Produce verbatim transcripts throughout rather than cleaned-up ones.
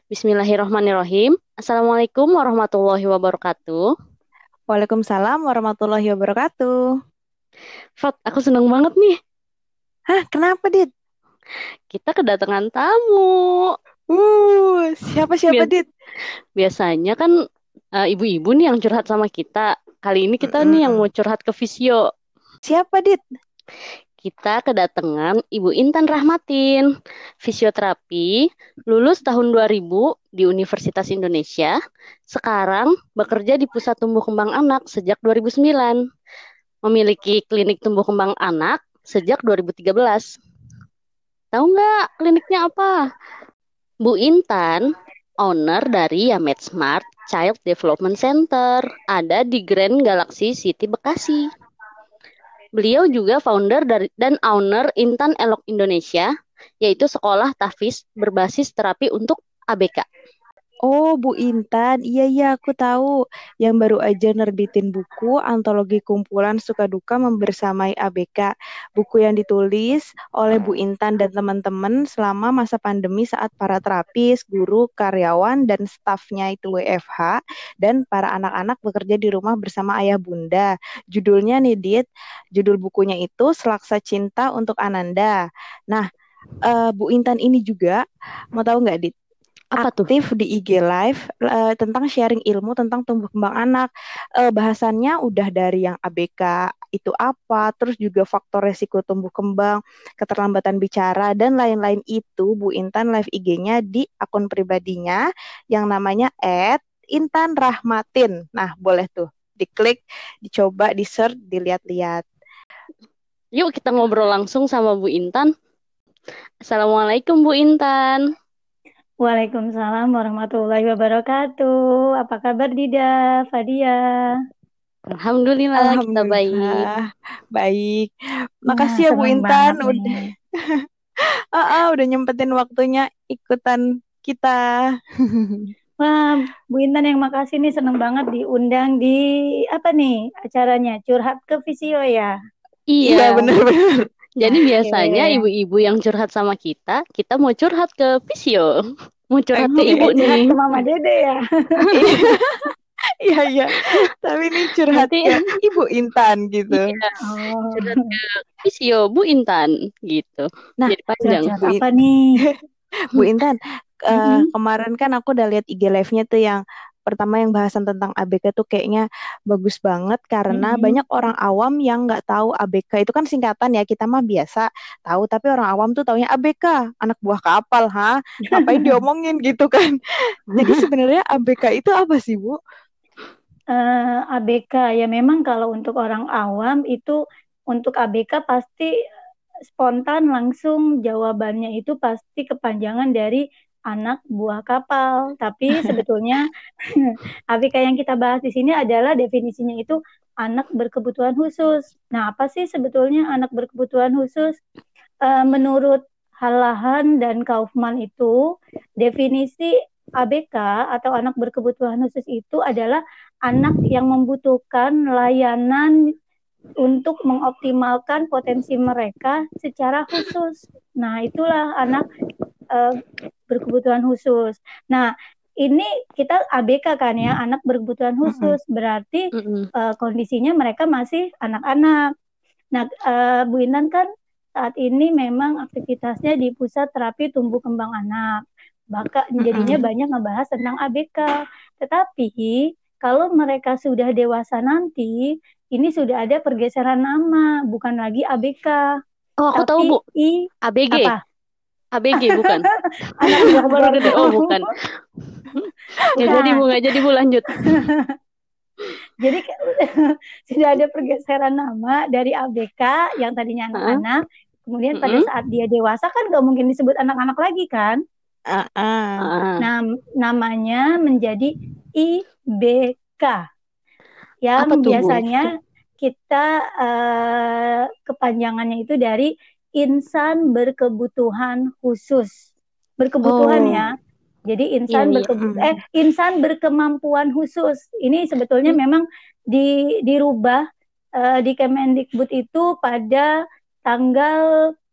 Bismillahirrahmanirrahim. Assalamualaikum warahmatullahi wabarakatuh. Waalaikumsalam warahmatullahi wabarakatuh. Fat, aku seneng banget nih. Hah, kenapa, Dit? Kita kedatangan tamu. Uh, siapa-siapa, Bias- Dit? Biasanya kan eh, ibu-ibu nih yang curhat sama kita. Kali ini kita nih yang mau Mm-mm. curhat ke Visio. Siapa, Dit? Kita kedatangan Ibu Intan Rahmatin, fisioterapi, lulus tahun dua ribu di Universitas Indonesia. Sekarang bekerja di Pusat Tumbuh Kembang Anak sejak dua ribu sembilan. Memiliki klinik tumbuh kembang anak sejak dua ribu tiga belas. Tahu nggak kliniknya apa? Bu Intan, owner dari Yamed Smart Child Development Center, ada di Grand Galaxy City Bekasi. Beliau juga founder dari dan owner Intan Elok Indonesia, yaitu sekolah tahfiz berbasis terapi untuk A B K. Oh, Bu Intan. Iya, iya, aku tahu. Yang baru aja nerbitin buku Antologi Kumpulan Suka Duka Membersamai A B K. Buku yang ditulis oleh Bu Intan dan teman-teman selama masa pandemi saat para terapis, guru, karyawan, dan stafnya itu W F H, dan para anak-anak bekerja di rumah bersama ayah bunda. Judulnya nih, Dit. Judul bukunya itu Selaksa Cinta untuk Ananda. Nah, eh, Bu Intan ini juga, mau tahu nggak, Dit? Apa tuh? Aktif di I G Live eh, tentang sharing ilmu tentang tumbuh kembang anak. Eh, bahasannya udah dari yang A B K itu apa, terus juga faktor resiko tumbuh kembang, keterlambatan bicara, dan lain-lain itu Bu Intan live I G-nya di akun pribadinya yang namanya et intan rahmatin. Nah, boleh tuh diklik, dicoba, di-search, dilihat-lihat. Yuk kita ngobrol langsung sama Bu Intan. Assalamualaikum Bu Intan. Waalaikumsalam warahmatullahi wabarakatuh. Apa kabar Dida, Fadia? Alhamdulillah kita baik. Alhamdulillah, baik. Nah, Makasih ya Bu senang Intan banget nih. udah Ah, ah, udah nyempetin waktunya ikutan kita. Wah, Bu Intan yang makasih nih, senang banget diundang di apa nih acaranya? Curhat ke Visio ya. Iya, Iya, benar-benar. jadi Oke. biasanya ibu-ibu yang curhat sama kita, kita mau curhat ke Visio. Mau curhat ke Oke. ibu Nggak curhat nih. ke Mama Dede ya. Iya, iya, iya. Tapi ini curhat Nanti ke Ibu Intan gitu. iya, curhat Oh, ke Visio Bu Intan gitu. Nah, Jadi panjang. curhat-curhat Bu, apa In- nih? Bu Intan, eh, Mm-mm. kemarin kan aku udah lihat I G live-nya tuh yang pertama yang bahasan tentang A B K tuh kayaknya bagus banget karena Mm-mm. banyak orang awam yang nggak tahu A B K itu kan singkatan ya, kita mah biasa tahu, tapi orang awam tuh taunya A B K anak buah kapal, ha, ngapain diomongin gitu kan. Jadi sebenarnya A B K itu apa sih, Bu? Eh, A B K ya memang kalau untuk orang awam itu untuk A B K pasti spontan langsung jawabannya itu pasti kepanjangan dari anak buah kapal. Tapi sebetulnya A B K yang kita bahas di sini adalah definisinya itu anak berkebutuhan khusus. Nah, apa sih sebetulnya anak berkebutuhan khusus? Eh, menurut Hallahan dan Kaufman itu definisi A B K atau anak berkebutuhan khusus itu adalah anak yang membutuhkan layanan untuk mengoptimalkan potensi mereka secara khusus. Nah, itulah anak eh, berkebutuhan khusus. Nah, ini kita A B K kan ya, anak berkebutuhan Mm-mm. khusus. Berarti Mm-mm. eh, kondisinya mereka masih anak-anak. Nah, eh, Bu Intan kan saat ini memang aktivitasnya di Pusat Terapi Tumbuh Kembang Anak. Bahkan jadinya Mm-mm. banyak ngebahas tentang A B K. Tetapi kalau mereka sudah dewasa nanti, ini sudah ada pergeseran nama, bukan lagi A B K, Oh, aku tahu Bu, tapi I A B G. apa? A B G bukan. Anak Aku baru gede. buah Oh, garpu. bukan. Nggak jadi Bu, Bukan. nggak jadi Bu, lanjut. Jadi sudah ada pergeseran nama dari A B K yang tadinya Hah? anak-anak, kemudian pada Mm-mm. saat dia dewasa kan nggak mungkin disebut anak-anak lagi kan? Ah, ah. Ah, Nah, namanya menjadi I B K apa yang tuh Bu? biasanya kita eh, kepanjangannya itu dari insan berkebutuhan khusus. Berkebutuhan Oh, ya. Jadi iya insan iya. berkebu eh Mm-mm. insan berkemampuan khusus. Ini sebetulnya memang di dirubah eh, di Kemendikbud itu pada tanggal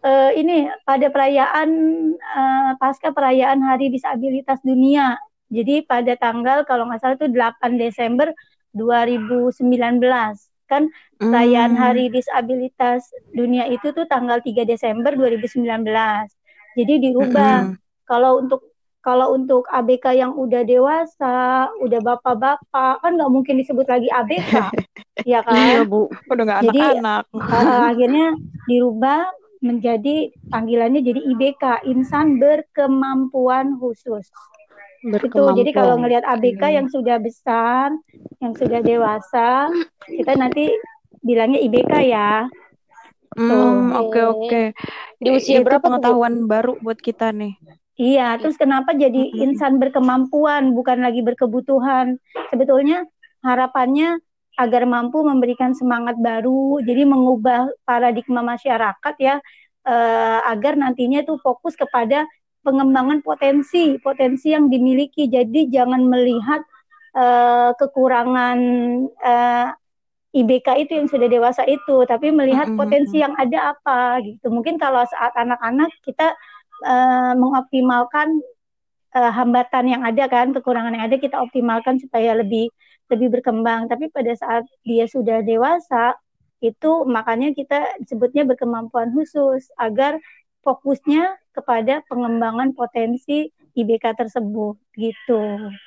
uh, ini pada perayaan uh, pasca perayaan Hari Disabilitas Dunia. Jadi pada tanggal kalau nggak salah itu delapan Desember dua ribu sembilan belas. Kan perayaan Hmm. Hari Disabilitas Dunia itu tuh tanggal tiga Desember dua ribu sembilan belas. Jadi dirubah. Mm-mm. Kalau untuk kalau untuk A B K yang udah dewasa, udah bapak-bapak, kan nggak mungkin disebut lagi A B K, ya Iya, kan? Bu. Udah nggak Jadi anak-anak. uh, akhirnya dirubah menjadi panggilannya jadi I B K, insan berkemampuan khusus. Itu jadi kalau Berkemampuan. ngelihat A B K Oke. yang sudah besar, yang sudah dewasa, kita nanti bilangnya I B K ya. Tuh. Hmm, oke oke. Di usia Itu berapa tuh, Bu? pengetahuan baru buat kita nih. Iya, terus kenapa jadi Mm-mm. insan berkemampuan, bukan lagi berkebutuhan? Sebetulnya harapannya agar mampu memberikan semangat baru, jadi mengubah paradigma masyarakat ya, eh, agar nantinya itu fokus kepada pengembangan potensi, potensi yang dimiliki. Jadi jangan melihat eh, kekurangan eh, I B K itu yang sudah dewasa itu, tapi melihat Mm-mm. potensi yang ada apa gitu. Mungkin kalau saat anak-anak kita uh, mengoptimalkan uh, hambatan yang ada kan, kekurangan yang ada kita optimalkan supaya lebih lebih berkembang. Tapi pada saat dia sudah dewasa, itu makanya kita sebutnya berkemampuan khusus agar fokusnya kepada pengembangan potensi I B K tersebut gitu.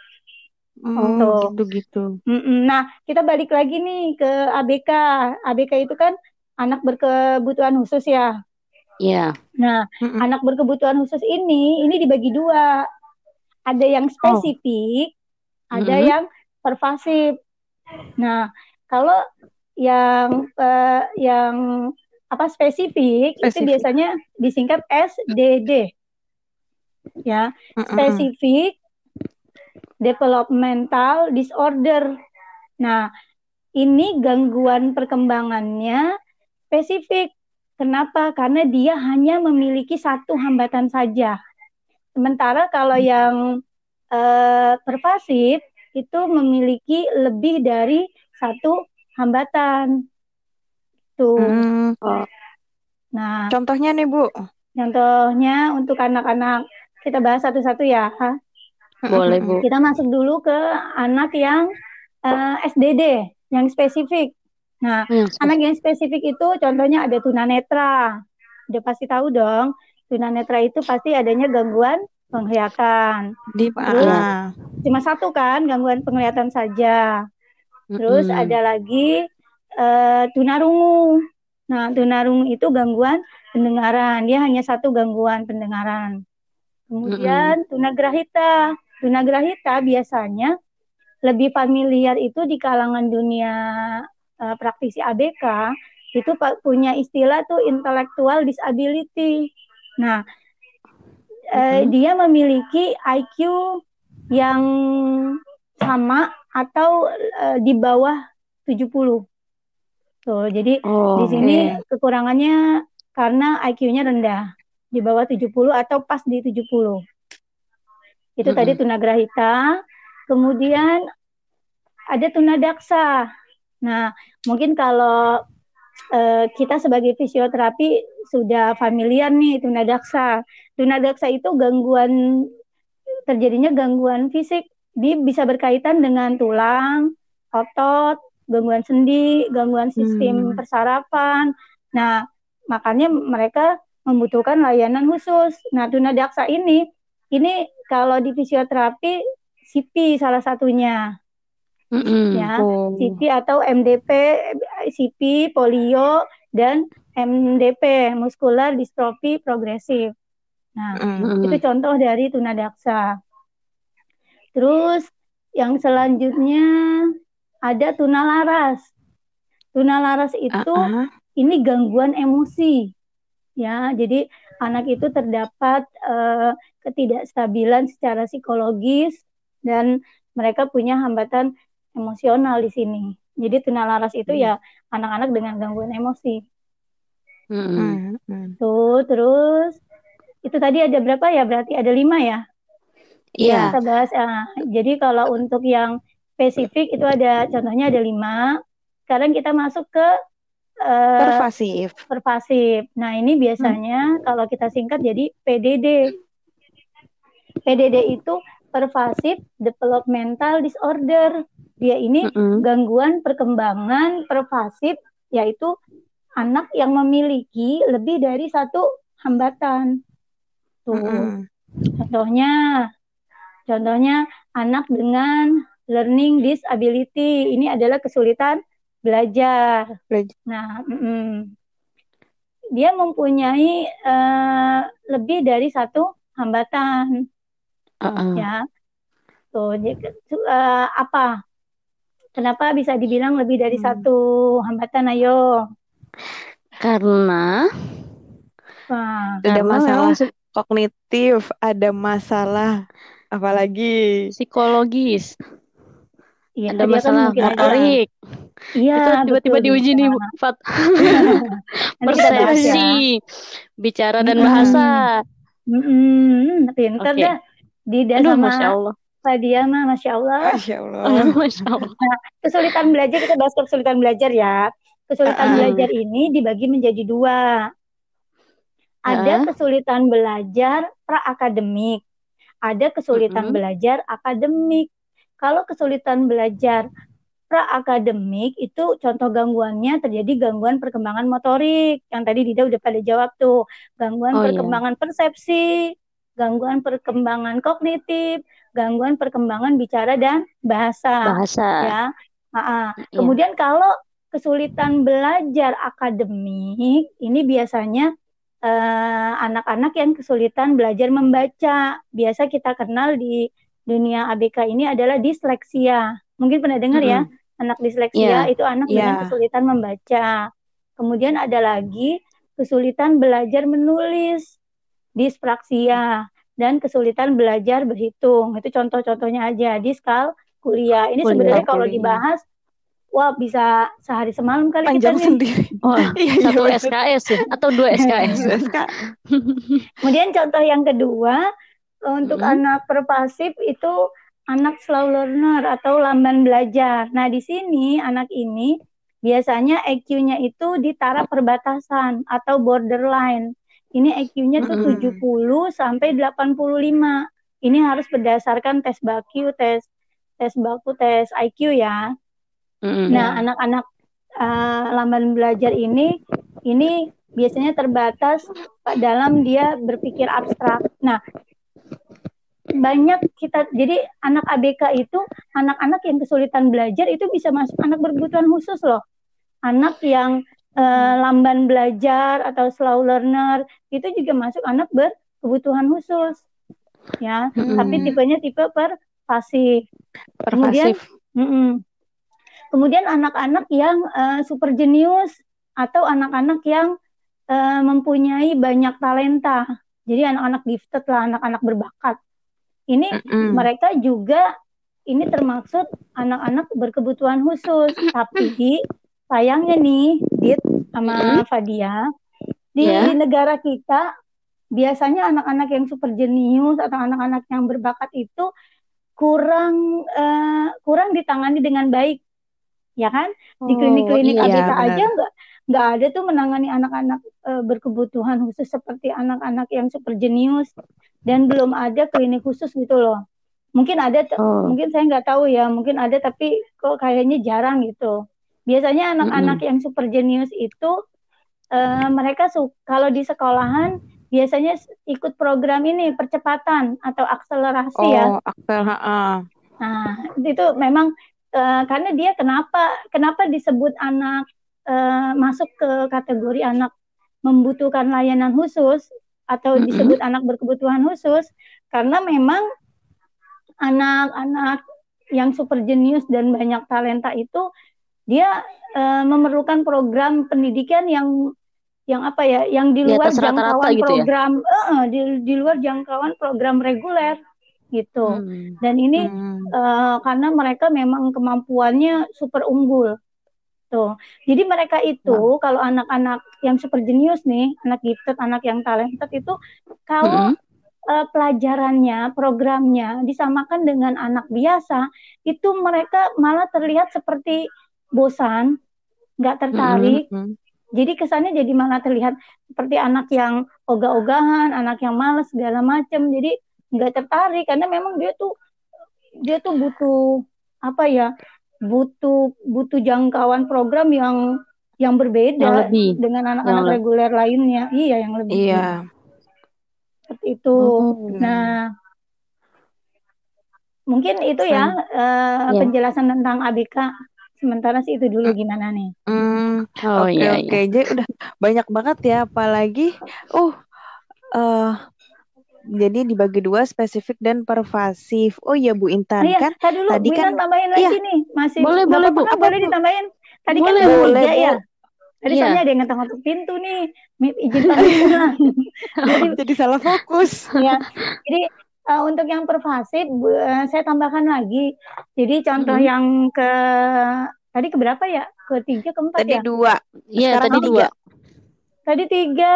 Hmm, Tuh. gitu-gitu. Mm-mm. Nah, kita balik lagi nih ke A B K. A B K itu kan anak berkebutuhan khusus ya. Iya. Nah, Mm-mm. anak berkebutuhan khusus ini ini dibagi dua. Ada yang Oh. spesifik, ada Mhm. yang pervasif. Nah, kalau yang eh, yang apa spesifik, itu Spesifik. biasanya disingkat S D D. Ya, Mm-mm. spesifik developmental disorder. Nah, ini gangguan perkembangannya spesifik. Kenapa? Karena dia hanya memiliki satu hambatan saja. Sementara kalau yang eh, pervasif itu memiliki lebih dari satu hambatan. Tuh. Hmm. Oh, Nah, Contohnya nih, Bu. contohnya untuk anak-anak, kita bahas satu-satu ya. boleh, Bu. Kita masuk dulu ke anak yang eh, S D D, yang spesifik. Nah, Yang spesifik. anak yang spesifik itu contohnya ada tunanetra. Udah pasti tahu dong, tunanetra itu pasti adanya gangguan penglihatan. Di Terus ah. cuma satu kan, gangguan penglihatan saja. Terus Mm-mm. ada lagi eh, tunarungu. Nah, tunarungu itu gangguan pendengaran. Dia hanya satu gangguan pendengaran. Kemudian tunagrahita. Tunagrahita biasanya lebih familiar itu di kalangan dunia uh, praktisi A B K, itu punya istilah tuh intellectual disability. Nah, uh, dia memiliki I Q yang sama atau uh, di bawah tujuh puluh. Tuh, jadi Oh, di sini oke. kekurangannya karena I Q-nya rendah, di bawah tujuh puluh atau pas di tujuh puluh. Itu Mm-mm. tadi tunagrahita. Kemudian ada tunadaksa. Nah, mungkin kalau eh, kita sebagai fisioterapi sudah familiar nih tunadaksa. Tunadaksa itu gangguan terjadinya gangguan fisik. Dia bisa berkaitan dengan tulang, otot, gangguan sendi, gangguan sistem Hmm. persarafan. Nah, makanya mereka membutuhkan layanan khusus. Nah, tunadaksa ini ini kalau di fisioterapi C P salah satunya. Mm-mm. Ya, Oh. C P atau M D P, C P, polio, dan M D P, muscular dystrophy progresif. Nah, Mm. itu contoh dari tunadaksa. Terus yang selanjutnya ada tunalaras. Tunalaras itu Uh-uh. ini gangguan emosi. Ya, jadi anak itu terdapat uh, ketidakstabilan secara psikologis dan mereka punya hambatan emosional di sini. Jadi tunalaras itu ya anak-anak dengan gangguan emosi. Mm-mm. Tuh, terus itu tadi ada berapa ya? Berarti ada lima ya? Iya. Kita bahas. Uh, jadi kalau untuk yang spesifik itu ada contohnya ada lima. Sekarang kita masuk ke uh, Pervasif. pervasif. Nah, ini biasanya hmm. kalau kita singkat jadi P D D. P D D itu pervasive developmental disorder. Dia ini mm-hmm. gangguan perkembangan pervasif, yaitu anak yang memiliki lebih dari satu hambatan. Tuh. Mm-hmm. Contohnya, contohnya anak dengan learning disability. Ini adalah kesulitan belajar. belajar. Nah, mm-mm. dia mempunyai uh, lebih dari satu hambatan. Uh-uh. Ya, tuh uh, apa? Kenapa bisa dibilang lebih dari hmm. satu hambatan? Ayo. Karena, Wah, ada masalah memang... kognitif, ada masalah apalagi psikologis, ya, ada masalah motorik. Iya, itu tiba-tiba diuji nih, Fat. Persepsi, ya. Bicara dan bahasa. Hmm, pinter okay. dah. Dida Aduh, sama Masya Allah. Fadia mah, Masya Allah. Masya Allah. Masya Allah. Nah, kesulitan belajar, kita bahas kesulitan belajar ya. Kesulitan uh-uh. belajar ini dibagi menjadi dua. Ada uh-uh. kesulitan belajar pra-akademik. Ada kesulitan uh-uh. belajar akademik. Kalau kesulitan belajar pra-akademik itu contoh gangguannya terjadi gangguan perkembangan motorik. Yang tadi Dida udah pada jawab tuh. Gangguan oh, perkembangan iya. persepsi, gangguan perkembangan kognitif, gangguan perkembangan bicara dan bahasa. Bahasa. Ya. Iya. Kemudian kalau kesulitan belajar akademik, ini biasanya eh, anak-anak yang kesulitan belajar membaca. Biasa kita kenal di dunia A B K ini adalah disleksia. Mungkin pernah dengar mm-hmm. ya, anak disleksia yeah. itu anak yeah. dengan kesulitan membaca. Kemudian ada lagi kesulitan belajar menulis, dispraksia, dan kesulitan belajar berhitung. Itu contoh-contohnya aja, diskalkulia. Ini sebenarnya kalau dibahas, wah bisa sehari semalam kali panjang kita nih. Sendiri. Oh, satu S K S ya? Atau dua S K S? Kemudian contoh yang kedua, untuk hmm. anak pervasif itu anak slow learner atau lamban belajar. Nah, di sini anak ini biasanya I Q-nya itu di taraf perbatasan atau borderline. Ini I Q-nya tuh mm-hmm. tujuh puluh sampai delapan puluh lima. Ini harus berdasarkan tes B A Q, tes tes baku, tes I Q ya. Mm-hmm. Nah, anak-anak uh, lamban belajar ini ini biasanya terbatas dalam dia berpikir abstrak. Nah, banyak kita, jadi anak A B K itu anak-anak yang kesulitan belajar itu bisa masuk anak berkebutuhan khusus loh. Anak yang uh, lamban belajar atau slow learner itu juga masuk anak berkebutuhan khusus. Ya, hmm. tapi tipenya tipe pervasif. Kemudian mm-mm. kemudian anak-anak yang uh, super jenius atau anak-anak yang uh, mempunyai banyak talenta. Jadi anak-anak gifted lah, anak-anak berbakat. Ini mm-mm. mereka juga ini termaksud anak-anak berkebutuhan khusus. Tapi sayangnya nih, Dit sama mm-hmm. Fadia, di yeah. negara kita biasanya anak-anak yang super jenius atau anak-anak yang berbakat itu kurang uh, kurang ditangani dengan baik, ya kan? Di klinik-klinik oh, iya, A B K aja nggak nggak ada tuh menangani anak-anak uh, berkebutuhan khusus seperti anak-anak yang super jenius. Dan belum ada klinik khusus gitu loh. Mungkin ada, t- oh. mungkin saya nggak tahu ya, mungkin ada tapi kok kayaknya jarang gitu. Biasanya anak-anak mm-hmm. yang super jenius itu uh, mereka su- kalau di sekolahan biasanya ikut program ini percepatan atau akselerasi oh, ya. Oh, aksel, uh. Nah itu memang uh, karena dia kenapa kenapa disebut anak uh, masuk ke kategori anak membutuhkan layanan khusus atau mm-hmm. disebut anak berkebutuhan khusus karena memang anak-anak yang super jenius dan banyak talenta itu dia uh, memerlukan program pendidikan yang yang apa ya yang di luar ya, jangkauan gitu program ya? uh, di di luar jangkauan program reguler gitu hmm. dan ini hmm. uh, karena mereka memang kemampuannya super unggul. Tuh. Jadi mereka itu nah. kalau anak-anak yang super jenius nih, anak gifted, anak yang talented itu kalau mm-hmm. uh, pelajarannya, programnya disamakan dengan anak biasa, itu mereka malah terlihat seperti bosan, nggak tertarik, mm-hmm. Jadi kesannya jadi malah terlihat seperti anak yang ogah-ogahan, anak yang malas segala macam. Jadi nggak tertarik karena memang dia tuh dia tuh butuh apa ya? Butuh butuh jangkauan program yang yang Yang berbeda lebih, dengan yang anak-anak lebih. reguler lainnya. Iya, yang lebih Iya, seperti itu. Oh, Nah, benar. mungkin itu ya Selan- eh, ya. penjelasan tentang A B K. Sementara sih itu dulu Mm, gimana nih? mm, Oh oke iya oke. iya. Jadi udah banyak banget ya, apalagi oh eh jadi dibagi dua spesifik dan pervasif. Oh iya Bu Oh Intan iya, kan tadi dulu tadi Bu kan Intan tambahin iya lagi nih. Masih Boleh nggak boleh apa-apa Bu. kan? apa Boleh Bu? ditambahin. Tadi kan Boleh jam Bu. Boleh tiga ya. Bu. Tadi soalnya Iya. ada yang ngetok-ngetok pintu nih. Mi- Izin pamit pulang. Jadi Jadi salah fokus. ya, jadi eh, untuk yang pervasif Bu, eh, saya tambahkan lagi. Jadi contoh Mm-mm. yang ke tadi keberapa ya? Ketiga, keempat Tadi ya? dua, Iya sekarang tadi dua. tiga. Tadi tiga.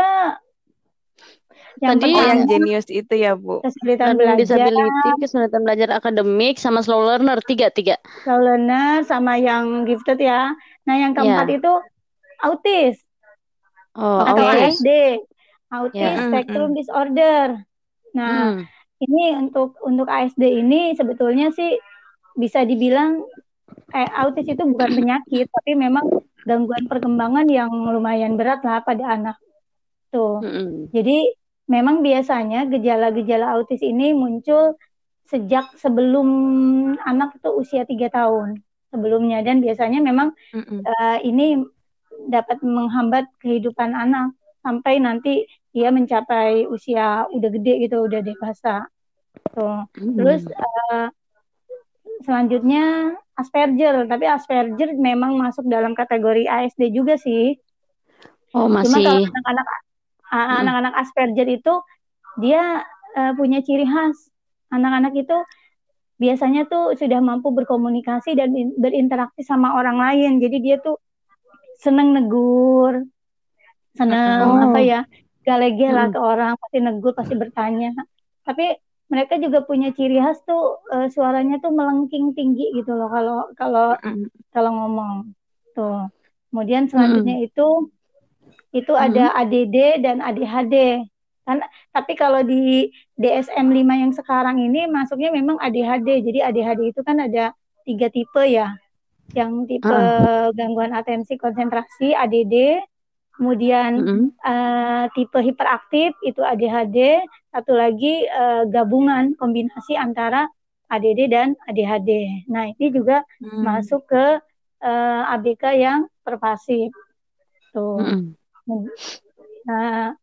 Yang Tadi Oh yang pertama jenius itu ya Bu. kesulitan learning belajar, disability, kesulitan belajar akademik, sama slow learner tiga tiga. slow learner, sama yang gifted ya. Nah yang keempat Ya. itu autis Oh atau Oke. autis. A S D, autis Ya. spectrum Mm-mm. disorder. Nah, Mm-mm. ini untuk untuk A S D ini sebetulnya sih bisa dibilang eh, autis itu bukan penyakit, tapi memang gangguan perkembangan yang lumayan berat lah pada anak tuh. Mm-mm. Jadi memang biasanya gejala-gejala autis ini muncul sejak sebelum anak itu usia tiga tahun sebelumnya, dan biasanya memang Mm-mm. uh, ini dapat menghambat kehidupan anak sampai nanti dia mencapai usia udah gede gitu, udah dewasa tuh. Terus Mm-mm. uh, selanjutnya Asperger, tapi Asperger memang masuk dalam kategori A S D juga sih. Oh Cuma kalau masih. anak-anak Mm-mm. anak-anak Asperger itu dia uh, punya ciri khas. Anak-anak itu biasanya tuh sudah mampu berkomunikasi dan berinteraksi sama orang lain. Jadi dia tuh seneng negur, seneng Mm-mm. apa Oh. ya, galege lah Mm-mm. ke orang, pasti negur, pasti bertanya. Tapi mereka juga punya ciri khas tuh uh, suaranya tuh melengking tinggi gitu loh kalau kalau Mm-mm. kalau ngomong tuh. Kemudian Mm-mm. selanjutnya itu itu Mm-mm. ada A D D dan A D H D. Kan, tapi kalau di D S M lima yang sekarang ini masuknya memang A D H D. Jadi A D H D itu kan ada tiga tipe ya. Yang tipe Ah. gangguan atensi konsentrasi A D D, kemudian Mm-mm. uh, tipe hiperaktif itu A D H D, satu lagi uh, gabungan kombinasi antara A D D dan A D H D. Nah, ini juga Mm. masuk ke uh, A B K yang pervasif. Tuh. Mm-mm. Nah,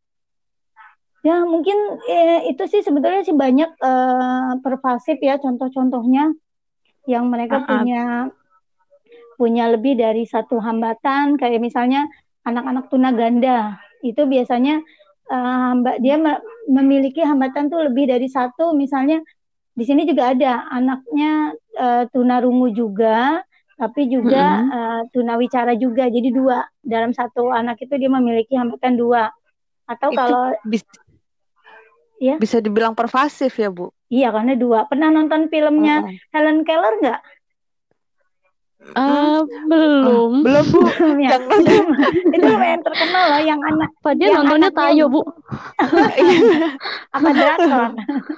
ya mungkin eh, itu sih sebetulnya sih banyak eh, pervasif ya contoh-contohnya yang mereka Ah, ah. punya punya lebih dari satu hambatan, kayak misalnya anak-anak tunaganda itu biasanya eh, hamba, dia me- memiliki hambatan tuh lebih dari satu. Misalnya di sini juga ada anaknya eh, tunarungu juga, tapi juga Mm-mm. eh, tunawicara juga, jadi dua dalam satu anak itu dia memiliki hambatan dua. Atau Itu kalau bis- ya bisa dibilang pervasif ya Bu. iya, karena dua. Pernah nonton filmnya Oh, oh. Helen Keller nggak? Mm. Ah, Oh, belum. belum Bu. Belum ya. Yang nonton. Itu lumayan terkenal loh, yang anak, Pak dia yang nontonnya anaknya Tayo, Bu. apa drakor.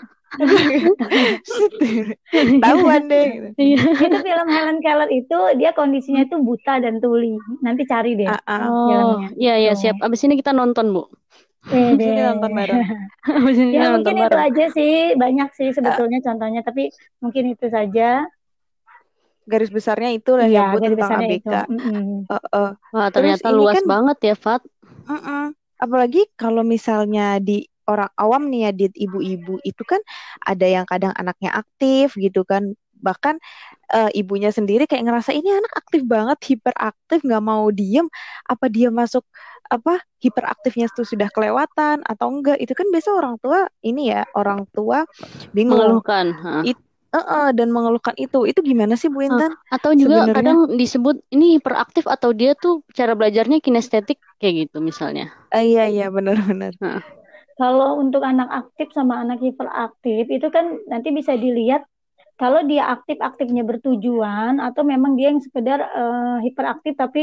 Tahuan deh. Iya. Itu film Helen Keller itu dia kondisinya itu buta dan tuli. Nanti cari deh Ah, ah. Oh, filmnya. iya iya Tuh. siap. Abis ini kita nonton, Bu. Eh Sini deh. nonton bareng. Abis ini Ya kita mungkin nonton itu bareng. aja sih, banyak sih Ah, sebetulnya contohnya, tapi mungkin itu saja. garis besarnya itulah Iya, ya Bu garis tentang besarnya itu. A B K. Mm-mm. Uh, uh. Wah, Terus ternyata ini luas kan, banget ya, Fat. mm-mm. Apalagi kalau misalnya di orang awam nih ya, di ibu-ibu itu kan ada yang kadang anaknya aktif gitu kan, bahkan uh, ibunya sendiri kayak ngerasa ini anak aktif banget, hiperaktif, nggak mau diem, apa dia masuk apa hiperaktifnya itu sudah kelewatan atau enggak, itu kan biasa orang tua ini ya, orang tua bingung. Mengeluhkan. Hah. It, uh, uh, dan mengeluhkan itu, itu gimana sih Bu Ah, Intan? atau juga Sebenarnya kadang disebut ini hiperaktif atau dia tuh cara belajarnya kinestetik kayak gitu misalnya. uh, iya iya benar-benar. Nah, Kalau untuk anak aktif sama anak hiperaktif itu kan nanti bisa dilihat kalau dia aktif-aktifnya bertujuan atau memang dia yang sekedar uh, hiperaktif tapi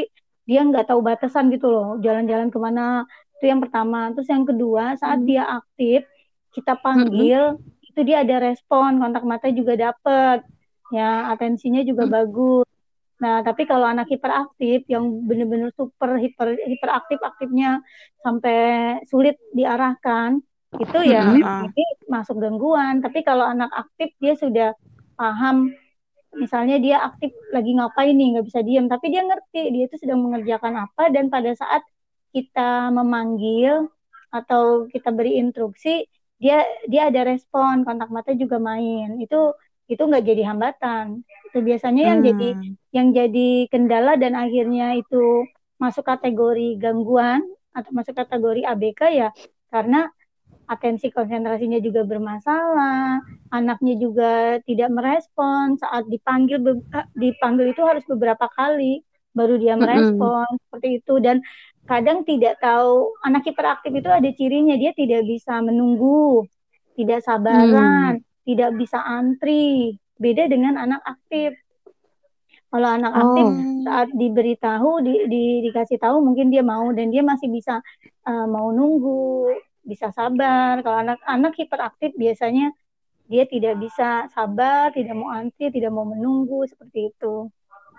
dia nggak tahu batasan gitu loh, jalan-jalan kemana. Itu yang pertama. Terus yang kedua, saat Hmm. dia aktif, kita Mm-mm. panggil, itu dia ada respon, kontak mata juga dapet, ya atensinya juga Mm. bagus. Nah, tapi kalau anak hiperaktif yang benar-benar super hiper hiperaktif aktifnya sampai sulit diarahkan, itu ya Mm-mm. Heeh. ini masuk gangguan. Tapi kalau anak aktif dia sudah paham, misalnya dia aktif lagi ngapain nih, nggak bisa diam, tapi dia ngerti dia itu sedang mengerjakan apa, dan pada saat kita memanggil atau kita beri instruksi, dia dia ada respon, kontak mata juga main. Itu itu nggak jadi hambatan. Itu biasanya yang jadi Hmm. yang jadi kendala dan akhirnya itu masuk kategori gangguan atau masuk kategori A B K ya karena atensi konsentrasinya juga bermasalah, anaknya juga tidak merespon saat dipanggil dipanggil itu harus beberapa kali baru dia Mm-mm. merespon seperti itu. Dan kadang tidak tahu, anak hiperaktif itu ada cirinya, dia tidak bisa menunggu, tidak Hmm. sabaran, tidak bisa antri, beda dengan anak aktif. Kalau anak aktif Oh. saat diberitahu, di, di, dikasih tahu mungkin dia mau dan dia masih bisa uh, mau nunggu, bisa sabar. Kalau anak-anak hiperaktif biasanya dia tidak bisa sabar, tidak mau antri, tidak mau menunggu seperti itu.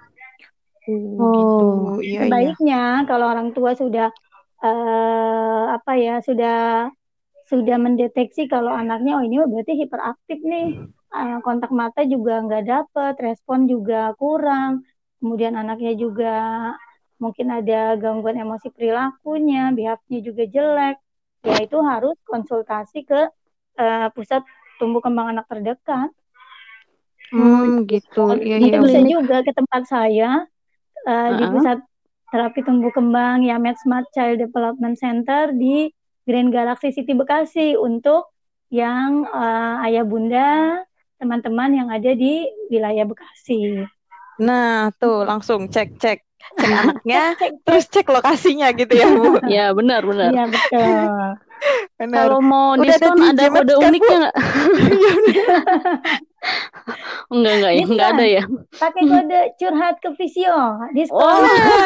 Oh, Oh. gitu. Iya, iya. Sebaiknya kalau orang tua sudah uh, apa ya, sudah sudah mendeteksi kalau anaknya oh ini berarti hiperaktif nih, uh, kontak mata juga nggak dapet, respon juga kurang, kemudian anaknya juga mungkin ada gangguan emosi perilakunya, behaviornya juga jelek, ya itu harus konsultasi ke uh, pusat tumbuh kembang anak terdekat. Hmm, gitu. Iya, Nanti iya. Di bisa klinik. juga ke tempat saya uh, di Uh-uh. pusat terapi tumbuh kembang Yamed Smart Child Development Center di Grand Galaxy City Bekasi untuk yang uh, ayah bunda, teman-teman yang ada di wilayah Bekasi. Nah, tuh langsung cek cek cek anaknya, Cek, cek, terus cek. cek lokasinya gitu ya, Bu. Ya, benar, benar. Iya, betul. Benar. Kalau mau Udah ada diskon di ada Jemeps kode kan, Bu? uniknya nggak? Enggak, enggak ya, enggak ada Diskon. ya. Pakai kode curhat ke Visio. Diskon. Oh,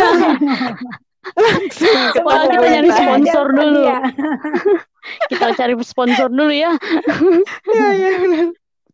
Langsung wah, ketemu kita Bu nyari Intan. sponsor dulu. Dia. Kita cari sponsor dulu ya. Iya, iya, benar.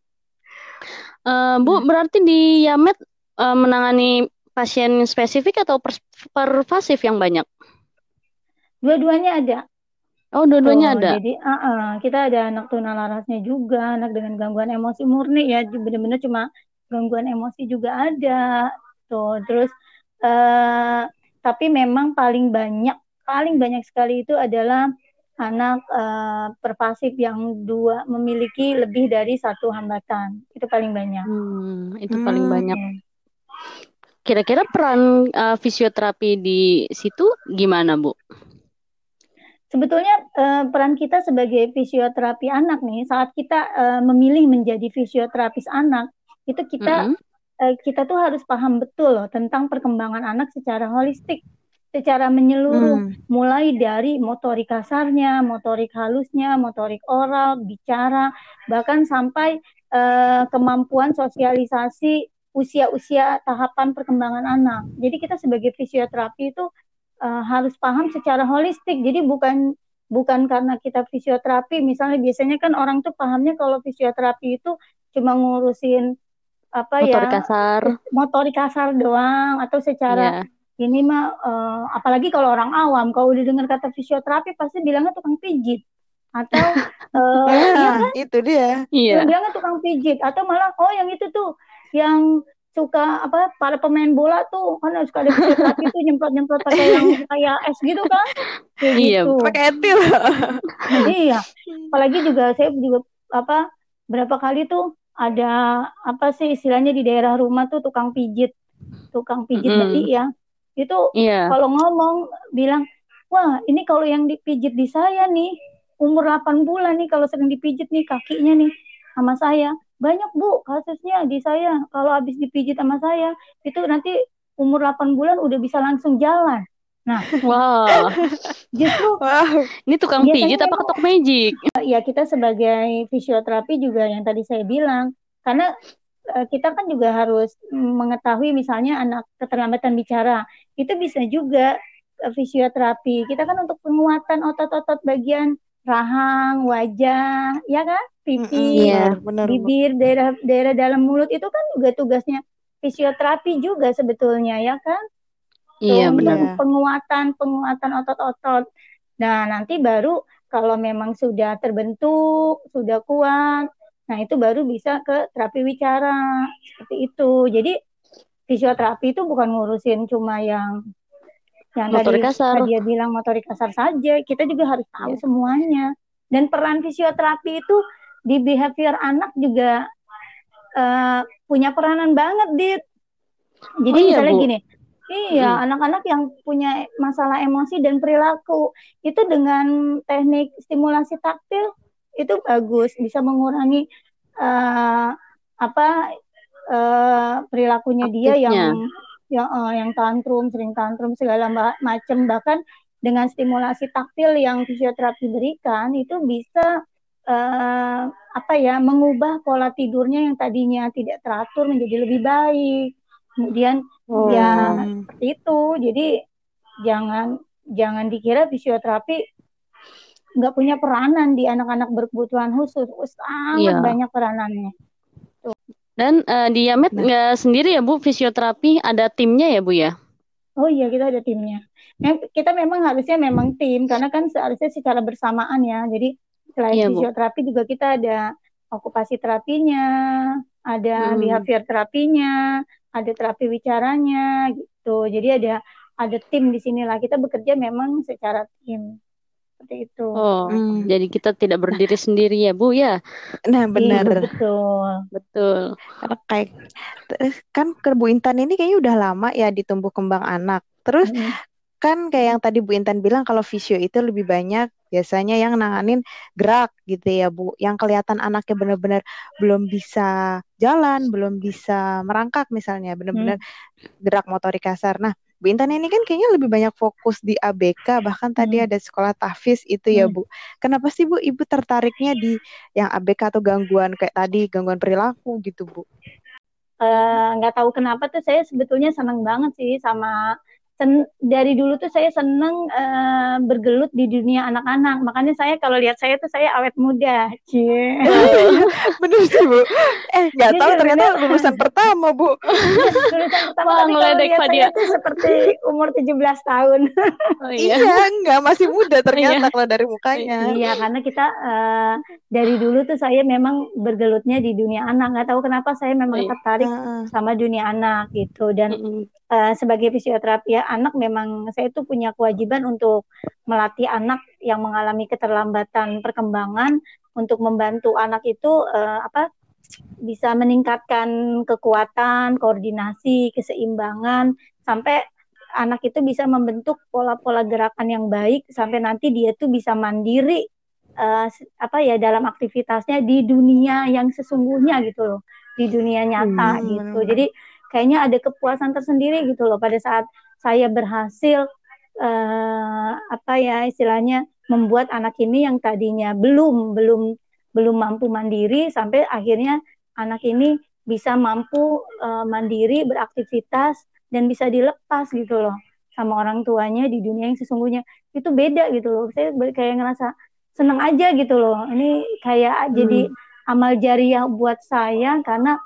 Eh, Bu, berarti di Yamed eh, menangani pasien spesifik atau pers- pervasif yang banyak? Dua-duanya ada. Oh, dua-duanya Tuh, ada. jadi uh, uh, kita ada anak tunalarasnya juga, anak dengan gangguan emosi murni ya, benar-benar cuma gangguan emosi juga ada. Tuh, terus uh, tapi memang paling banyak, paling banyak sekali itu adalah anak uh, pervasif yang dua memiliki lebih dari satu hambatan. Itu paling banyak. Hmm, itu paling Hmm. banyak. Kira-kira peran eh, fisioterapi di situ gimana, Bu? Sebetulnya eh, peran kita sebagai fisioterapi anak nih, saat kita eh, memilih menjadi fisioterapis anak, itu kita Mm-mm. eh, kita tuh harus paham betul loh tentang perkembangan anak secara holistik, secara menyeluruh, Hmm. mulai dari motorik kasarnya, motorik halusnya, motorik oral, bicara, bahkan sampai eh, kemampuan sosialisasi usia-usia tahapan perkembangan anak. Jadi kita sebagai fisioterapi itu uh, harus paham secara holistik. Jadi bukan bukan karena kita fisioterapi, misalnya biasanya kan orang tuh pahamnya kalau fisioterapi itu cuma ngurusin apa Motorik ya, kasar. motorik kasar doang, atau secara Ya. ini mah uh, apalagi kalau orang awam kalau udah dengar kata fisioterapi pasti bilangnya tukang pijit atau uh, Nah, iya kan, itu dia. Iya. bilangnya tukang pijit, atau malah oh yang itu tuh yang suka apa para pemain bola tuh kan suka ada fisioterapi tuh nyemprot-nyemprot pakai yang kayak es gitu kan, kayak Iya. gitu. Pakai etil. Iya, apalagi juga saya juga apa berapa kali tuh ada apa sih istilahnya di daerah rumah tuh tukang pijit, tukang pijit Mm-mm. beli ya. Itu Iya. kalau ngomong bilang, wah ini kalau yang dipijit di saya nih umur delapan bulan nih kalau sering dipijit nih kakinya nih sama saya. Banyak Bu kasusnya di saya kalau habis dipijit sama saya itu nanti umur delapan bulan udah bisa langsung jalan. Nah, Wah, justru Wow. ini tukang biasanya pijit apa memang ketok magic? ya kita sebagai fisioterapi juga yang tadi saya bilang, karena eh, kita kan juga harus mengetahui misalnya anak keterlambatan bicara itu bisa juga uh, fisioterapi. Kita kan untuk penguatan otot-otot bagian rahang, wajah, ya kan, pipi, Iya. Benar, bibir, daerah daerah dalam mulut itu kan juga tugasnya fisioterapi juga sebetulnya, ya kan? Tuh, Iya untuk benar. Iya. penguatan penguatan otot-otot. Nah, nanti baru kalau memang sudah terbentuk, sudah kuat, nah itu baru bisa ke terapi wicara seperti itu. Jadi fisioterapi itu bukan ngurusin cuma yang yang Motorik tadi kasar. dia bilang motorik kasar saja. Kita juga harus tahu Iya. semuanya. Dan peran fisioterapi itu di behavior anak juga uh, punya peranan banget, Dit. Jadi Oh iya, misalnya Bu. gini, iya, Mm-mm. anak-anak yang punya masalah emosi dan perilaku itu dengan teknik stimulasi taktil itu bagus, bisa mengurangi uh, apa uh, perilakunya dia Aktifnya. yang yang uh, yang tantrum, sering tantrum segala macam. Bahkan dengan stimulasi taktil yang fisioterapi berikan itu bisa uh, apa ya mengubah pola tidurnya yang tadinya tidak teratur menjadi lebih baik. Kemudian Oh. ya Hmm. seperti itu. Jadi jangan jangan dikira fisioterapi nggak punya peranan di anak-anak berkebutuhan khusus. Sangat Iya. banyak peranannya. Tuh. Dan uh, di Yamed Nah. nggak sendiri ya, Bu, fisioterapi, ada timnya ya, Bu ya? Oh iya, kita ada timnya. Mem- Kita memang harusnya memang tim karena kan seharusnya secara bersamaan ya. Jadi selain Iya, Bu. fisioterapi juga kita ada okupasi terapinya, ada Hmm. behavior terapinya, ada terapi wicaranya gitu. Jadi ada ada tim di sinilah. Kita bekerja memang secara tim. Seperti itu. Oh, Hmm. jadi kita tidak berdiri sendiri ya, Bu ya? Nah, benar. Iya, betul. Betul. Karena kayak terus kan ke Bu Intan ini kayaknya udah lama ya di tumbuh kembang anak. Terus Mm-mm. kan kayak yang tadi Bu Intan bilang kalau fisio itu lebih banyak biasanya yang nanganin gerak gitu ya Bu. Yang kelihatan anaknya benar-benar belum bisa jalan, belum bisa merangkak misalnya, benar-benar Hmm. gerak motorik kasar. Nah, Bu Intan ini kan kayaknya lebih banyak fokus di A B K, bahkan tadi Hmm. ada sekolah tahfiz itu ya Hmm. Bu. Kenapa sih Bu Ibu tertariknya di yang A B K atau gangguan kayak tadi, gangguan perilaku gitu Bu? Eh, nggak tahu kenapa tuh saya sebetulnya seneng banget sih sama sen, dari dulu tuh saya seneng eh, bergelut di dunia anak-anak. Makanya saya kalau lihat saya tuh saya awet muda. Cie. Wow. Bener sih Bu. Eh nggak Ini tahu bener. ternyata lulusan pertama Bu. Lulusan pertama Wah, tapi kalau ngeledek lihat Pak saya dia. tuh seperti umur tujuh belas tahun. Oh iya. Iya nggak masih muda ternyata Iya. kalau dari mukanya. Iya, karena kita eh, dari dulu tuh saya memang bergelutnya di dunia anak. Nggak tahu kenapa saya memang Iya. tertarik Heeh. sama dunia anak gitu. Dan Mm-mm. eh, sebagai fisioterapi ya, anak memang saya tuh punya kewajiban untuk melatih anak yang mengalami keterlambatan perkembangan untuk membantu anak itu eh, apa bisa meningkatkan kekuatan, koordinasi, keseimbangan sampai anak itu bisa membentuk pola-pola gerakan yang baik sampai nanti dia tuh bisa mandiri uh, apa ya dalam aktivitasnya di dunia yang sesungguhnya gitu loh, di dunia nyata Hmm, gitu. bener-bener. Jadi kayaknya ada kepuasan tersendiri gitu loh pada saat saya berhasil uh, apa ya istilahnya membuat anak ini yang tadinya belum belum belum mampu mandiri sampai akhirnya anak ini bisa mampu uh, mandiri beraktivitas dan bisa dilepas gitu loh sama orang tuanya di dunia yang sesungguhnya. Itu beda gitu loh. Saya kayak ngerasa seneng aja gitu loh. Ini kayak Hmm. jadi amal jariah buat saya karena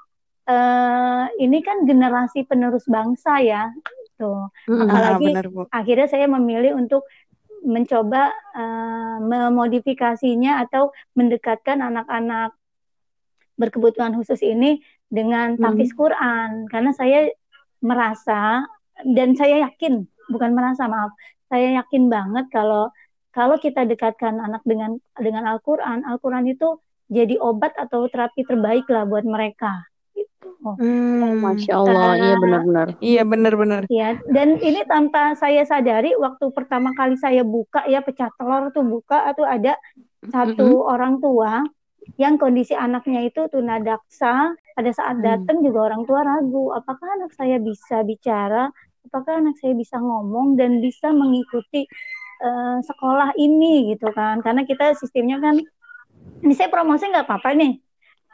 uh, ini kan generasi penerus bangsa ya. Tuh. Mm-mm. Ah, Apalagi bener Bu. akhirnya saya memilih untuk mencoba uh, memodifikasinya atau mendekatkan anak-anak berkebutuhan khusus ini dengan tahfiz Hmm. Quran karena saya merasa dan saya yakin bukan merasa maaf saya yakin banget kalau kalau kita dekatkan anak dengan dengan Al-Quran Al-Quran itu jadi obat atau terapi terbaik lah buat mereka gitu. Hmm. Masya Allah, iya Uh, benar-benar. Iya bener-bener. Ya, dan ini tanpa saya sadari waktu pertama kali saya buka ya pecah telur tuh buka atau ada satu Mm-mm. orang tua yang kondisi anaknya itu tunadaksa, pada saat datang juga orang tua ragu, apakah anak saya bisa bicara, apakah anak saya bisa ngomong dan bisa mengikuti uh, sekolah ini gitu kan, karena kita sistemnya kan, ini saya promosi nggak apa-apa nih,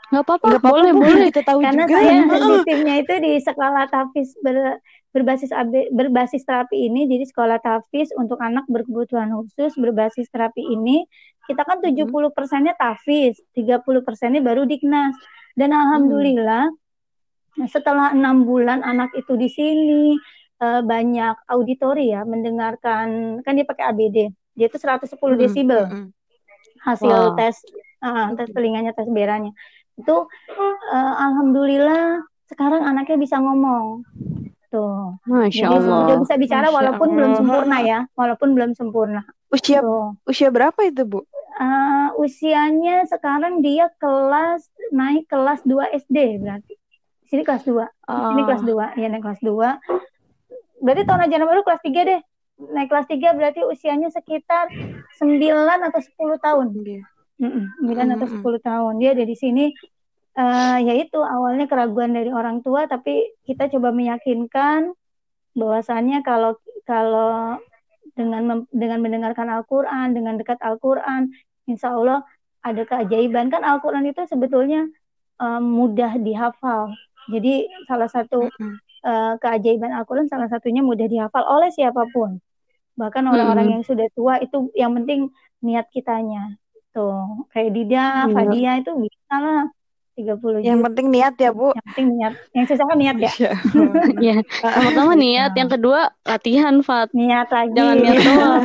Nggak apa-apa, Nggak apa-apa boleh, Bu, biar boleh. kita tahu Karena juga. saya di timnya itu di sekolah Tafis ber- berbasis A B, berbasis terapi ini. Jadi sekolah Tafis untuk anak berkebutuhan khusus berbasis terapi ini, kita kan tujuh puluh persennya Tafis, tiga puluh persennya baru Diknas. Dan alhamdulillah setelah enam bulan anak itu di sini, eh, banyak auditori ya, mendengarkan, kan dia pakai A B D, dia itu seratus sepuluh Mm-mm, desibel mm-mm. hasil Wow. tes uh, tes telinganya, tes beranya itu, uh, alhamdulillah sekarang anaknya bisa ngomong tuh. Masya Jadi Allah. udah bisa bicara Masya walaupun belum Allah. sempurna ya, walaupun belum sempurna. Usia Tuh. usia berapa itu Bu? Uh, usianya sekarang dia kelas naik kelas dua S D berarti. Di sini kelas dua. Di sini kelas Oh, dua. Ya naik kelas dua. Berarti tahun ajaran baru kelas tiga deh. Naik kelas tiga berarti usianya sekitar sembilan atau sepuluh tahun. iya. Mm-mm, sembilan atau Mm-mm. sepuluh tahun. Dia ada di sini, uh, yaitu awalnya keraguan dari orang tua, tapi kita coba meyakinkan bahwasannya kalau kalau dengan mem- dengan mendengarkan Al-Quran, dengan dekat Al-Quran, insya Allah ada keajaiban. Kan Al-Quran itu sebetulnya um, mudah dihafal. Jadi salah satu Mm-mm. uh, keajaiban Al-Quran salah satunya mudah dihafal oleh siapapun. Bahkan orang-orang Mm-mm. yang sudah tua itu yang penting niat kitanya. Tuh, kayak Dida, Bener. Fadia itu bisa lah tiga puluh Yang juz. penting niat ya Bu. Yang penting niat. Yang susah kan niat ya. Masya Allah. Ya, yang pertama niat, yang kedua latihan, Fat. Niat lagi. Jangan niat doang.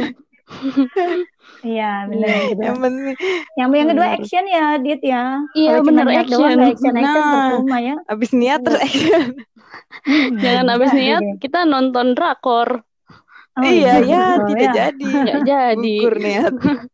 Iya, benar yang kedua. Yang penting Yang yang kedua bener. action ya, Dit ya. Iya, Kalau cuma bener, niat doang action. nggak action action Nah, percuma ya. abis niat terus action. Hmm, Jangan habis jadi niat deh. kita nonton drakor. Oh Iya, iya, ya betul tidak ya. jadi. Nggak jadi. Gugur niat.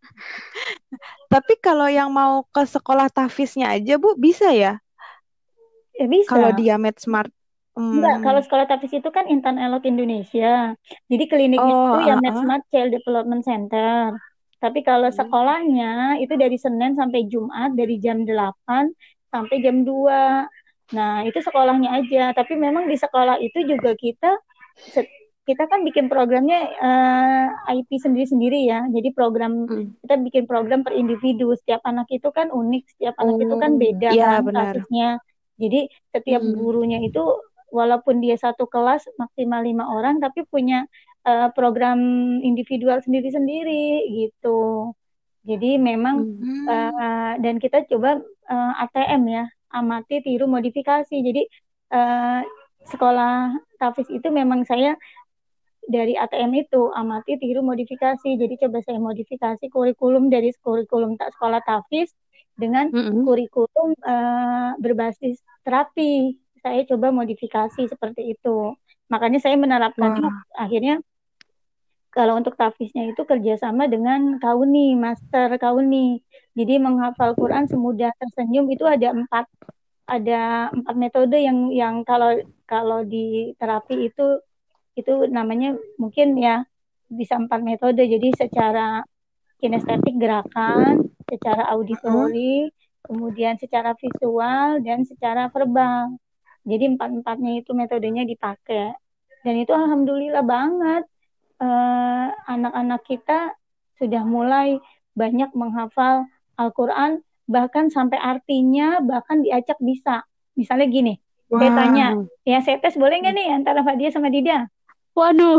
Tapi kalau yang mau ke sekolah tahfiznya aja Bu, bisa ya? Ya bisa. Kalau dia Med Smart. Enggak, Hmm. kalau sekolah Tafis itu kan Intan Elok Indonesia. Jadi kliniknya Oh, itu ya ah, ah. MedSmart Child Development Center. Tapi kalau Hmm. sekolahnya itu dari Senin sampai Jumat dari jam delapan sampai jam dua. Nah, itu sekolahnya aja. Tapi memang di sekolah itu juga kita se- kita kan bikin programnya eh, I P sendiri-sendiri ya. Jadi program Hmm. kita bikin program per individu. Setiap anak itu kan unik, setiap anak itu kan Oh, beda Iya, kan benar. kasusnya. Jadi setiap hmm. gurunya itu walaupun dia satu kelas maksimal lima orang, tapi punya uh, program individual sendiri-sendiri gitu. Jadi memang Hmm. uh, dan kita coba uh, A T M ya, amati tiru modifikasi. Jadi uh, sekolah Tafis itu memang saya dari A T M itu amati tiru modifikasi. Jadi coba saya modifikasi kurikulum dari kurikulum tak sekolah Tafis dengan Mm-mm. kurikulum uh, berbasis terapi. Saya coba modifikasi seperti itu. Makanya saya menerapkannya Wah. akhirnya kalau untuk tafisnya itu kerjasama dengan Kauni, Master Kauni. Jadi menghafal Quran semudah tersenyum itu ada empat ada empat metode yang yang kalau kalau di terapi itu itu namanya mungkin ya bisa empat metode. Jadi secara kinestetik gerakan, secara auditori, kemudian secara visual dan secara verbal. Jadi empat-empatnya itu metodenya dipakai. Dan itu alhamdulillah banget. Eh, anak-anak kita sudah mulai banyak menghafal Al-Quran, bahkan sampai artinya bahkan diacak bisa. Misalnya gini, Wah. saya tanya, ya saya tes boleh nggak nih antara Fadia sama Dida? Waduh.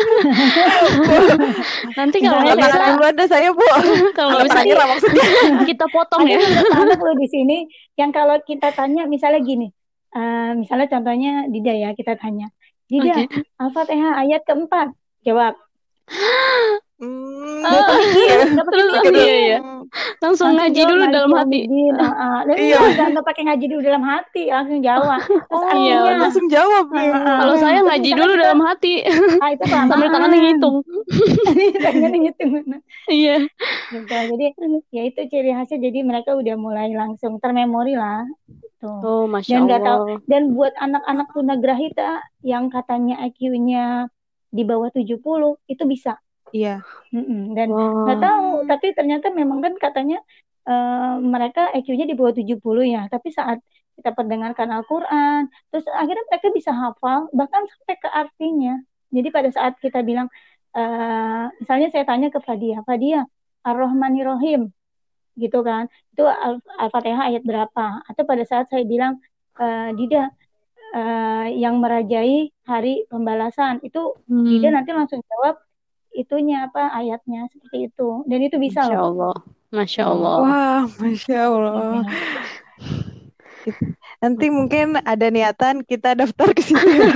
Nanti kalau Misalnya nggak saya bisa, Anak dulu ada saya Bu. kalau nggak bisa Anak terakhir lah maksudnya. kita potong ada ya. beberapa anak loh di sini yang kalau kita tanya misalnya gini, uh, misalnya contohnya Dida ya, kita tanya, Dida, Oke. Al-Fatihah ayat keempat, jawab. Hmm. Nggak usah mikir, nggak pakai Terus mikir. iya iya. Langsung Langsung ngaji jawab dulu Malik dalam hati. Yaumiddin. Uh, uh, dan Iya. nggak nggak pakai ngaji dulu dalam hati, langsung jawab. Terus Oh, artinya, langsung jawab uh, ya. uh, Kalau saya terus ngaji misalkan dulu kita, dalam hati. ah itu Sambil tangannya kelamaan. ngitung. Tangannya ngitung. Iya. Gitu. Jadi ya itu ciri khasnya. Jadi mereka udah mulai langsung termemori lah. Tuh. Oh, Masya Dan nggak tahu. Allah. Dan buat anak-anak tunagrahita yang katanya I Q-nya di bawah tujuh puluh itu bisa. Iya. Mm-mm. Dan Wow. nggak tahu, tapi ternyata memang kan katanya uh, mereka I Q-nya di bawah tujuh puluh ya. Tapi saat kita perdengarkan Al-Quran, terus akhirnya mereka bisa hafal, bahkan sampai ke artinya. Jadi pada saat kita bilang, uh, misalnya saya tanya ke Fadia, Fadia, Ar-Rahmanir-Rahim, gitu kan. Itu Al- Al-Fatihah ayat berapa? Atau pada saat saya bilang eh, Dida eh, yang merajai hari pembalasan itu Dida Hmm, nanti langsung jawab itunya apa ayatnya seperti itu. Dan itu bisa Masya loh. Allah. Masya Tuh. Allah. Wah, Masya Allah. Iya. It- Nanti mungkin ada niatan kita daftar ke situ ya.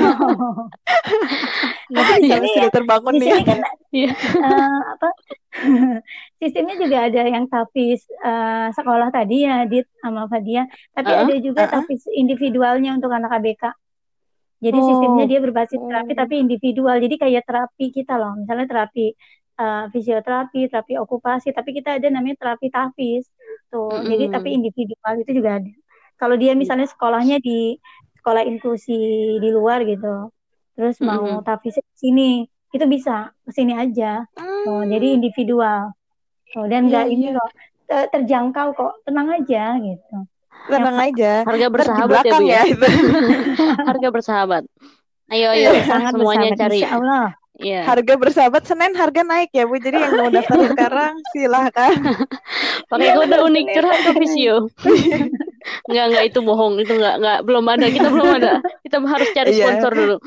Jadi di Kalau sini ya, sudah terbangun di sini kan niatnya. Iya. eh, apa sistemnya juga ada yang tahfiz eh, sekolah tadi ya, Dit sama Fadia. Tapi Heeh. ada juga Ah, ah. tahfiz individualnya untuk anak A B K. Jadi sistemnya Oh, dia berbasis terapi oh. tapi individual. Jadi kayak terapi kita loh. Misalnya terapi eh, fisioterapi, terapi okupasi, tapi kita ada namanya terapi tahfiz. Tuh. Jadi tapi Mm-mm. individual itu juga ada. Kalau dia misalnya sekolahnya di sekolah inklusi di luar gitu. Terus mau Mm-mm. tahfiz ke sini, itu bisa ke sini aja. Tuh, jadi Hmm, individual. Tuh, dan iya nggak ini iya. kok ter- terjangkau kok. Tenang aja gitu. Yang Tenang aja. Harga Ntar di bersahabat ya Bu belakang ya. ya itu. Harga bersahabat. Ayo ayo iya, sangat semuanya bersahabat, cari. insya Allah. Iya. Harga bersahabat Senin harga naik ya Bu. Jadi yang mau daftar sekarang silahkan. Pakai Iya kode benar unik Senin curhat ke harga naik. Visio. Enggak enggak itu bohong. Itu enggak enggak belum ada. Kita belum ada. Kita harus cari Iya. sponsor dulu.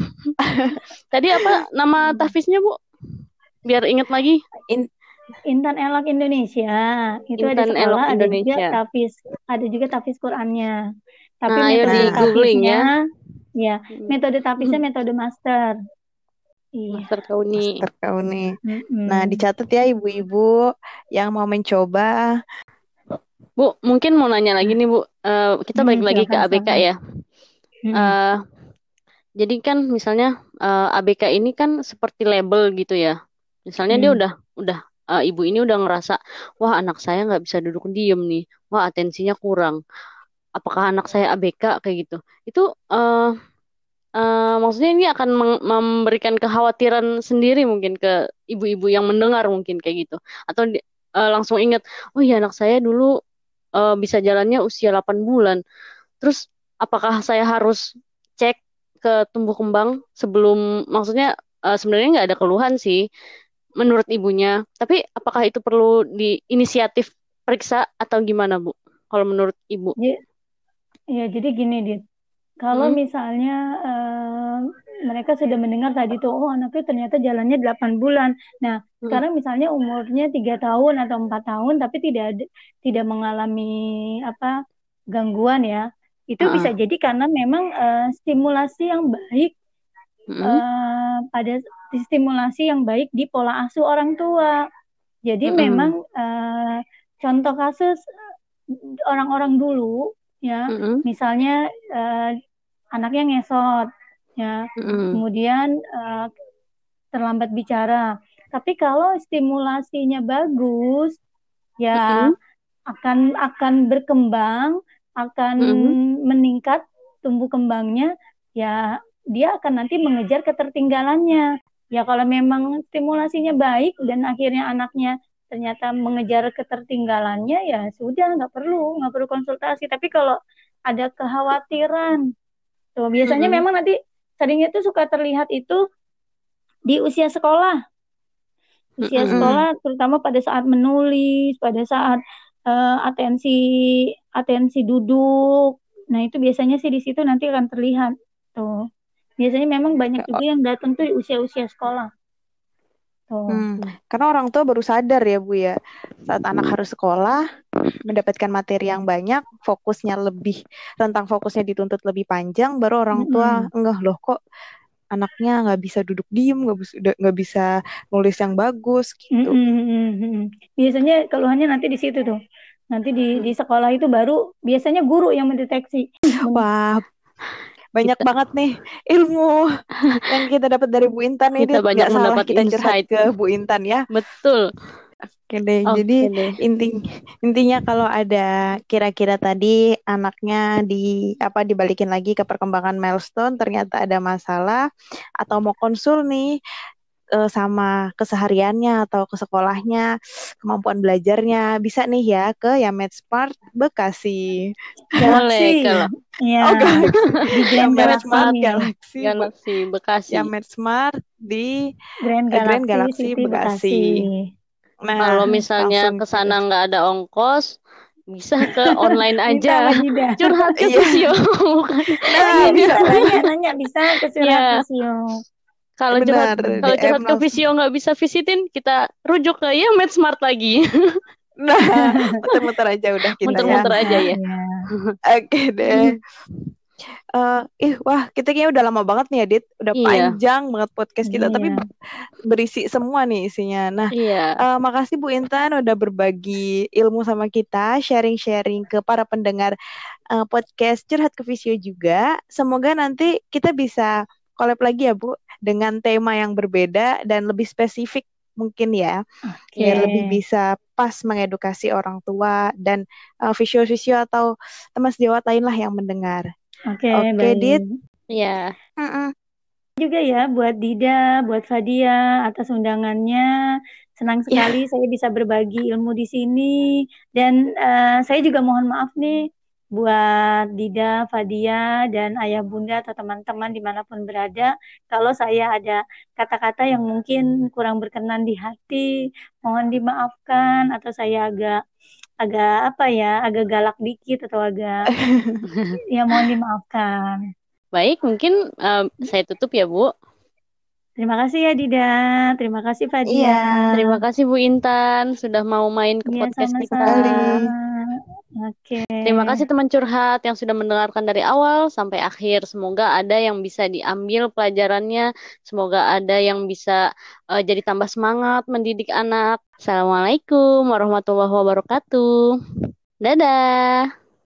Tadi apa nama tahfiznya Bu? Biar ingat lagi. In- Intan Elok Indonesia itu ada Intan Elok sekolah, ada juga Indonesia. tahfiz, ada juga tahfiz Qurannya. Tapi Nah, ayo metode di Nah, googling ya. tahfiznya, ya metode tahfiznya metode master. Iya. Master Kauni. Master kau nih. Mm-mm. Nah, dicatat ya ibu-ibu yang mau mencoba. Bu, mungkin mau nanya lagi nih Bu. Eh, kita balik Hmm, lagi ke silakan, A B K silakan. ya. Mm-mm. Eh, jadi kan misalnya eh, A B K ini kan seperti label gitu ya. Misalnya dia Hmm. udah udah eh, ibu ini udah ngerasa, wah anak saya nggak bisa duduk diem nih, wah atensinya kurang. Apakah anak saya A B K kayak gitu? Itu eh eh, maksudnya ini akan meng- memberikan kekhawatiran sendiri mungkin ke ibu-ibu yang mendengar mungkin kayak gitu. Atau di- eh, langsung ingat, oh iya anak saya dulu eh, bisa jalannya usia delapan bulan. Terus apakah saya harus cek ke tumbuh kembang sebelum, maksudnya eh, sebenarnya nggak ada keluhan sih menurut ibunya. Tapi apakah itu perlu diinisiatif periksa atau gimana Bu? Kalau menurut ibu? Jadi, ya, jadi gini, Dit. Kalau Hmm, misalnya eh, mereka sudah mendengar tadi tuh, oh anaknya ternyata jalannya delapan bulan. Nah, hmm, sekarang misalnya umurnya tiga tahun atau empat tahun, tapi tidak ada- tidak mengalami apa gangguan ya. Itu bisa ah, jadi karena memang eh, stimulasi yang baik hmm, eh, pada stimulasi yang baik di pola asuh orang tua. Jadi memang hmm, eh, contoh kasus eh, orang-orang dulu ya, hmm, misalnya eh, anaknya ngesot ya, hmm, kemudian eh, terlambat bicara. Tapi kalau stimulasinya bagus, ya hmm, akan akan berkembang, akan hmm, meningkat tumbuh kembangnya, ya dia akan nanti mengejar ketertinggalannya. Ya kalau memang stimulasinya baik dan akhirnya anaknya ternyata mengejar ketertinggalannya, ya sudah nggak perlu nggak perlu konsultasi. Tapi kalau ada kekhawatiran, tuh biasanya hmm, memang nanti seringnya tuh suka terlihat itu di usia sekolah, usia hmm. sekolah terutama pada saat menulis, pada saat eh, atensi atensi duduk. Nah, itu biasanya sih di situ nanti akan terlihat tuh. Biasanya memang banyak juga yang datang tuh di usia-usia sekolah. Tuh. Hmm, karena orang tua baru sadar ya Bu ya, saat anak harus sekolah, mendapatkan materi yang banyak, fokusnya lebih, rentang fokusnya dituntut lebih panjang, baru orang tua Mm-mm. enggak loh kok anaknya nggak bisa duduk diem, nggak bisa nggak bisa nulis yang bagus gitu. Mm-mm. Mm-mm. Biasanya keluhannya nanti di situ tuh. Nanti di di sekolah itu baru biasanya guru yang mendeteksi. Wah, banyak Kita banget nih ilmu yang kita dapat dari Bu Intan nih, kita Dit. banyak Nggak salah mendapat kita curhat insight. ke Bu Intan ya. Betul. Oke deh, jadi Oke deh. inti intinya kalau ada kira-kira tadi anaknya di apa dibalikin lagi ke perkembangan milestone, ternyata ada masalah atau mau konsul nih eh, sama kesehariannya atau ke sekolahnya, kemampuan belajarnya, bisa nih ya ke Yamed Smart Bekasi. Boleh Galaxy. kalau Ya, Oh, Galaxy. di Grand Yamed Galaxy. Smart Galaxy Be- Galaxy Bekasi. Yamed Smart di Grand eh, Grand Galaxy Galaxy City Bekasi. Bekasi. Kalau Nah, misalnya langsung ke gitu. sana nggak ada ongkos, bisa ke online Minta aja. sama Dida. Curhat ke Iya. visio, bukan? Oh Nah, iya bisa bisa. nanya-nanya bisa ke Surat Iya, Visio. kalau curhat Benar, kalau Hmm. curhat D M ke langsung. visio nggak bisa visitin, kita rujuk ke ya MedSmart lagi. Nah, muter-muter aja udah kita Bisa ya. Muter-muter aja bisa ya. ya. Oke deh. Eh, ih, wah, kita kayaknya udah lama banget nih, Adit. Udah Iya, panjang banget podcast kita, tapi Iya. ber- berisi semua nih isinya. Nah, iya. eh, makasih Bu Intan udah berbagi ilmu sama kita, sharing-sharing ke para pendengar eh, podcast Curhat ke Visio juga. Semoga nanti kita bisa collab lagi ya, Bu, dengan tema yang berbeda dan lebih spesifik mungkin ya, biar lebih Oke. bisa pas mengedukasi orang tua dan eh, visio-visio atau teman sejawat lain lah yang mendengar. Oke, Oke, Dit. baik. Iya. Mm-mm. Juga ya buat Dida, buat Fadia atas undangannya. Senang Ya, sekali saya bisa berbagi ilmu di sini. Dan eh, saya juga mohon maaf nih buat Dida, Fadia, dan ayah bunda atau teman-teman dimanapun berada. Kalau saya ada kata-kata yang mungkin kurang berkenan di hati, mohon dimaafkan atau saya agak agak apa ya, agak galak dikit atau agak ya mohon dimaafkan. Baik, mungkin em, saya tutup ya, Bu. Terima kasih ya Dida, terima kasih iya. Fadia. Terima kasih Bu Intan sudah mau main ke Iya podcast kita. sama-sama. Kembali. Oke. Terima kasih teman curhat yang sudah mendengarkan dari awal sampai akhir. Semoga ada yang bisa diambil pelajarannya. Semoga ada yang bisa eh, jadi tambah semangat mendidik anak. Assalamualaikum warahmatullahi wabarakatuh. Dadah.